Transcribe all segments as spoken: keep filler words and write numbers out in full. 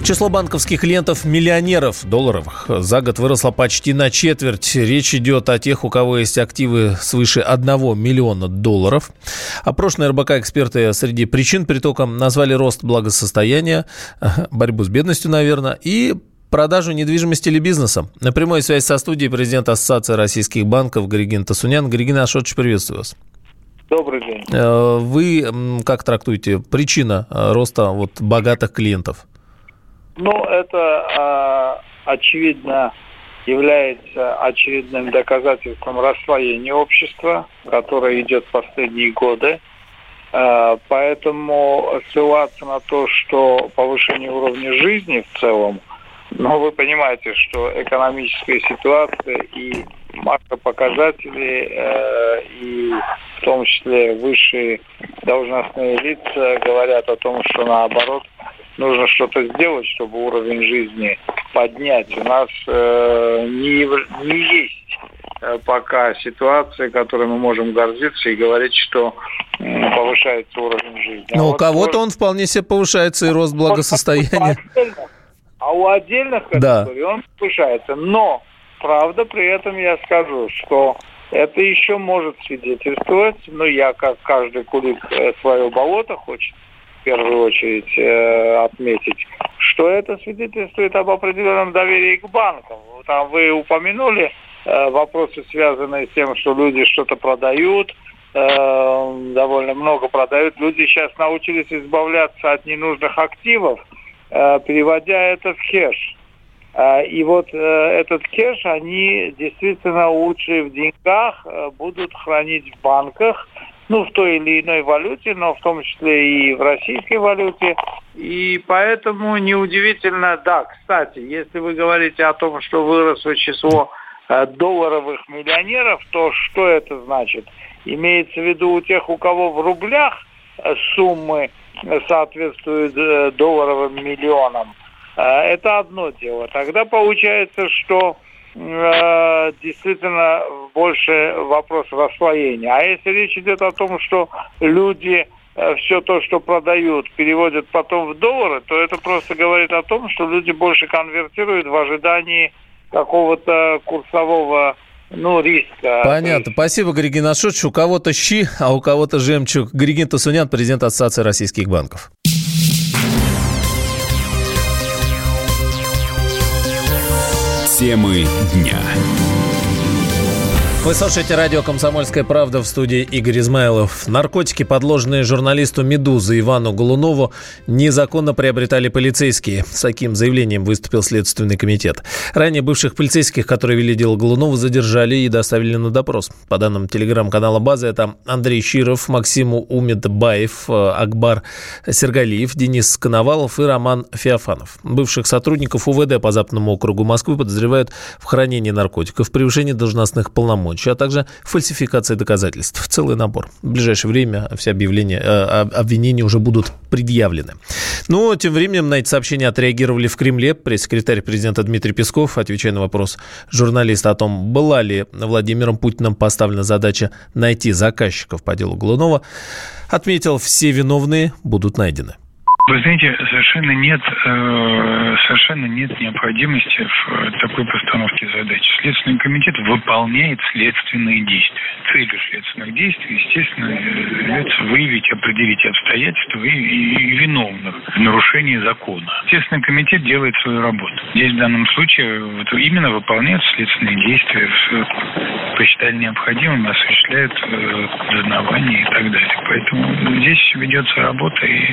Число банковских клиентов-миллионеров долларовых за год выросло почти на четверть. Речь идет о тех, у кого есть активы свыше одного миллиона долларов. Опрошенные эр бэ ка-эксперты среди причин притока назвали рост благосостояния, борьбу с бедностью, наверное, и продажу недвижимости или бизнеса. На прямой связи со студией президент Ассоциации российских банков Григин Тасунян. Григин Ашотович, приветствую вас. Добрый день. Вы как трактуете причина роста вот богатых клиентов? Ну, это, э, очевидно, является очередным доказательством расслоения общества, которое идет последние годы. Э, поэтому ссылаться на то, что повышение уровня жизни в целом, но вы понимаете, что экономическая ситуация и макропоказатели, э, и в том числе высшие должностные лица говорят о том, что наоборот нужно что-то сделать, чтобы уровень жизни поднять. У нас э, не, не есть э, пока ситуация, которой мы можем гордиться и говорить, что э, повышается уровень жизни. Но а у вот кого-то тоже... он вполне себе повышается, и рост благосостояния. А у отдельных категорий да. он повышается. Но, правда, при этом я скажу, что это еще может свидетельствовать, ну, я, как каждый кулик свое болото хочет, в первую очередь э, отметить, что это свидетельствует об определенном доверии к банкам. Там вы упомянули э, вопросы, связанные с тем, что люди что-то продают, э, довольно много продают. Люди сейчас научились избавляться от ненужных активов, э, переводя это в кэш. Э, и вот э, этот кэш они действительно лучше в деньгах э, будут хранить в банках, ну, в той или иной валюте, но в том числе и в российской валюте. И поэтому неудивительно, да, кстати, если вы говорите о том, что выросло число э, долларовых миллионеров, то что это значит? Имеется в виду у тех, у кого в рублях э, суммы соответствуют э, долларовым миллионам. Э, это одно дело. Тогда получается, что действительно больше вопрос расслоения. А если речь идет о том, что люди все то, что продают, переводят потом в доллары, то это просто говорит о том, что люди больше конвертируют в ожидании какого-то курсового, ну, риска. Понятно. Спасибо, Григин Ашотович. У кого-то щи, а у кого-то жемчуг. Григин Тасунян, президент Ассоциации российских банков. Темы дня. Вы слушаете радио «Комсомольская правда», в студии Игорь Измайлов. Наркотики, подложенные журналисту «Медузы» Ивану Голунову, незаконно приобретали полицейские. С таким заявлением выступил Следственный комитет. Ранее бывших полицейских, которые вели дело Голунова, задержали и доставили на допрос. По данным телеграм-канала «База», это Андрей Щиров, Максим Умедбаев, Акбар Сергалиев, Денис Коновалов и Роман Феофанов. Бывших сотрудников у вэ дэ по Западному округу Москвы подозревают в хранении наркотиков, превышении должностных полномочий, а также фальсификации доказательств. Целый набор. В ближайшее время все объявления, э, обвинения уже будут предъявлены. Но тем временем на эти сообщения отреагировали в Кремле. Пресс-секретарь президента Дмитрий Песков, отвечая на вопрос журналиста о том, была ли Владимиром Путиным поставлена задача найти заказчиков по делу Голунова, отметил, все виновные будут найдены. Вы знаете, совершенно нет, э, совершенно нет необходимости в такой постановке задач. Следственный комитет выполняет следственные действия. Целью следственных действий, естественно, является выявить, определить обстоятельства и, и, и виновных в нарушении закона. Следственный комитет делает свою работу. Здесь в данном случае вот, именно выполняют следственные действия, посчитали необходимым, осуществляют э, дознавание и так далее. Поэтому здесь ведется работа, и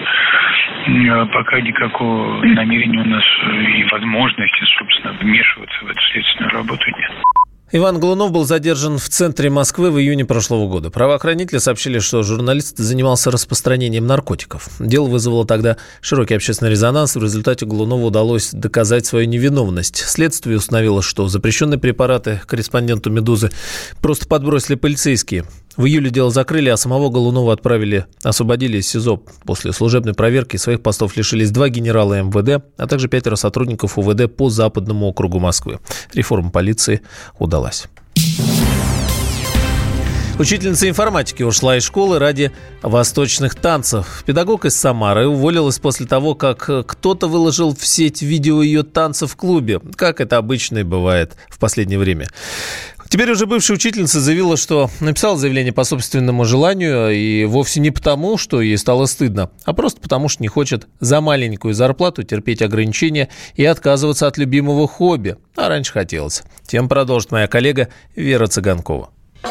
пока никакого намерения у нас и возможности, собственно, вмешиваться в эту следственную работу нет. Иван Голунов был задержан в центре Москвы в июне прошлого года. Правоохранители сообщили, что журналист занимался распространением наркотиков. Дело вызвало тогда широкий общественный резонанс. В результате Голунову удалось доказать свою невиновность. Следствие установило, что запрещенные препараты корреспонденту «Медузы» просто подбросили полицейские. В июле дело закрыли, а самого Голунова отправили, освободили из СИЗО. После служебной проверки своих постов лишились два генерала эм вэ дэ, а также пятеро сотрудников у вэ дэ по Западному округу Москвы. Реформа полиции удалась. Учительница информатики ушла из школы ради восточных танцев. Педагог из Самары уволилась после того, как кто-то выложил в сеть видео ее танцев в клубе, как это обычно и бывает в последнее время. Теперь уже бывшая учительница заявила, что написала заявление по собственному желанию и вовсе не потому, что ей стало стыдно, а просто потому, что не хочет за маленькую зарплату терпеть ограничения и отказываться от любимого хобби. А раньше хотелось. Тем продолжит моя коллега Вера Цыганкова.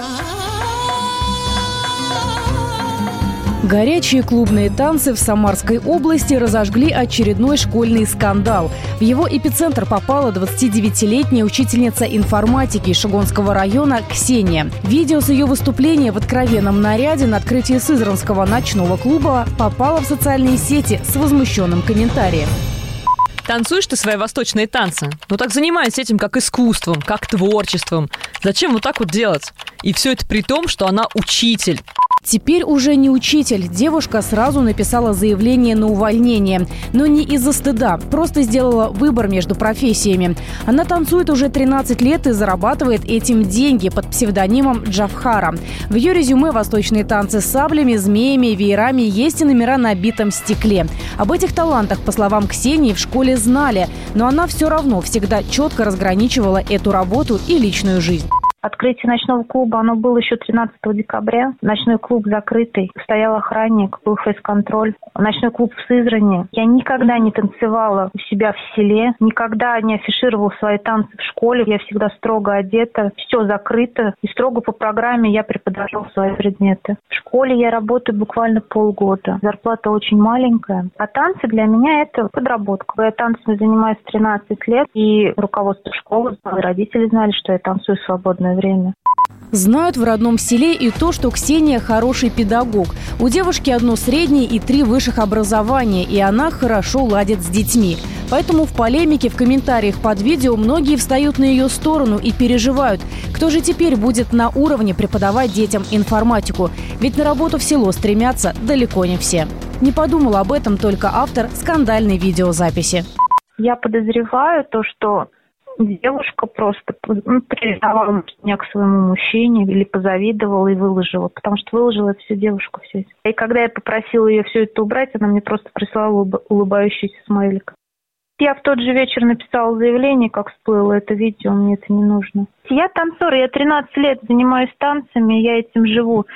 Горячие клубные танцы в Самарской области разожгли очередной школьный скандал. В его эпицентр попала двадцатидевятилетняя учительница информатики из Шигонского района Ксения. Видео с ее выступления в откровенном наряде на открытии Сызранского ночного клуба попало в социальные сети с возмущенным комментарием. Танцуешь ты свои восточные танцы? Ну так занимайся этим как искусством, как творчеством. Зачем вот так вот делать? И все это при том, что она учитель. Теперь уже не учитель. Девушка сразу написала заявление на увольнение. Но не из-за стыда. Просто сделала выбор между профессиями. Она танцует уже тринадцать лет и зарабатывает этим деньги под псевдонимом Джавхара. В ее резюме восточные танцы с саблями, змеями, веерами есть и номера на битом стекле. Об этих талантах, по словам Ксении, в школе знали. Но она все равно всегда четко разграничивала эту работу и личную жизнь. Открытие ночного клуба, оно было еще тринадцатого декабря. Ночной клуб закрытый. Стоял охранник, был фейс-контроль. Ночной клуб в Сызрани. Я никогда не танцевала у себя в селе. Никогда не афишировала свои танцы в школе. Я всегда строго одета. Все закрыто. И строго по программе я преподавала свои предметы. В школе я работаю буквально полгода. Зарплата очень маленькая. А танцы для меня это подработка. Я танцами занимаюсь тринадцать лет. И руководство школы, родители знали, что я танцую в свободное время. Знают в родном селе и то, что Ксения хороший педагог. У девушки одно среднее и три высших образования, и она хорошо ладит с детьми. Поэтому в полемике в комментариях под видео многие встают на ее сторону и переживают, кто же теперь будет на уровне преподавать детям информатику. Ведь на работу в село стремятся далеко не все. Не подумал об этом только автор скандальной видеозаписи. Я подозреваю то, что девушка просто ну, привязала меня к своему мужчине или позавидовала и выложила, потому что выложила это всю девушку все. И когда я попросила ее все это убрать, она мне просто прислала улыбающийся смайлик. Я в тот же вечер написала заявление, как всплыло это видео, мне это не нужно. Я танцор, я тринадцать лет занимаюсь танцами, я этим живу.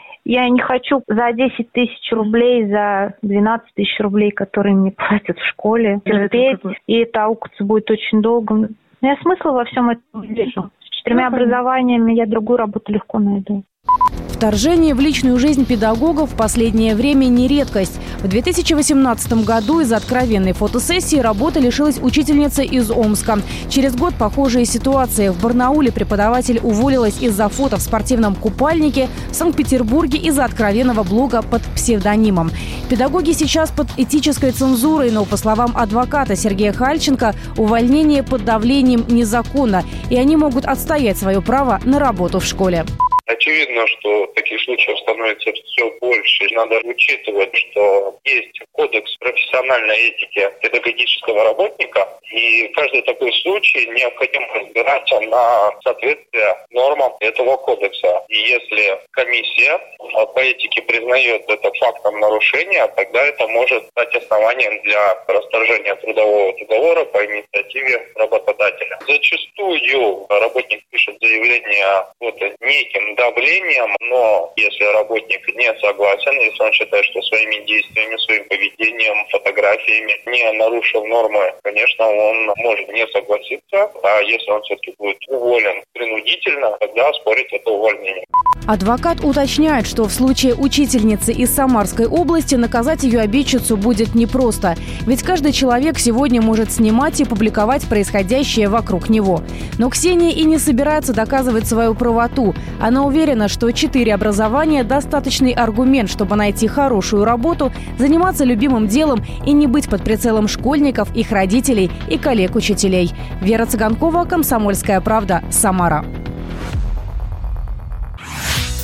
Я не хочу за десять тысяч рублей, за двенадцать тысяч рублей, которые мне платят в школе, терпеть, и это аукаться будет очень долго. Но я смысла во всем этом не вижу. С четырьмя образованиями я другую работу легко найду. Вторжение в личную жизнь педагогов в последнее время не редкость. В две тысячи восемнадцатом году из-за откровенной фотосессии работы лишилась учительница из Омска. Через год похожая ситуация. В Барнауле преподаватель уволилась из-за фото в спортивном купальнике, в Санкт-Петербурге из-за откровенного блога под псевдонимом. Педагоги сейчас под этической цензурой, но, по словам адвоката Сергея Хальченко, увольнение под давлением незаконно, и они могут отстоять свое право на работу в школе. Очевидно, что таких случаев становится все больше. Надо учитывать, что есть кодекс профессиональной этики педагогического работника, и каждый такой случай необходимо разбираться на соответствие нормам этого кодекса. И если комиссия по этике признает это фактом нарушения, тогда это может стать основанием для расторжения трудового договора по инициативе работодателя. Зачастую работник пишет заявление под неким давлением, но если работник не согласен, если он считает, что своими действиями, своим поведением, фотографиями не нарушил нормы, конечно, он может не согласиться, а если он все-таки будет уволен принудительно, тогда оспорить это увольнение. Адвокат уточняет, что в случае учительницы из Самарской области наказать ее обидчицу будет непросто. Ведь каждый человек сегодня может снимать и публиковать происходящее вокруг него. Но Ксения и не собирается доказывать свою правоту. Она уверена, что четыре образования – достаточный аргумент, чтобы найти хорошую работу, заниматься любимым делом и не быть под прицелом школьников, их родителей и коллег-учителей. Вера Цыганкова, «Комсомольская правда», Самара.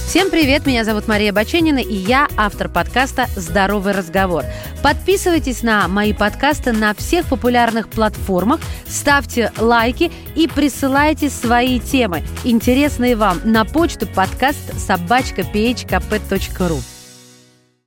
Всем привет, меня зовут Мария Баченина, и я автор подкаста «Здоровый разговор». Подписывайтесь на мои подкасты на всех популярных платформах, ставьте лайки и присылайте свои темы, интересные вам, на почту подкаст собачка пи эйч ка пэ точка ру.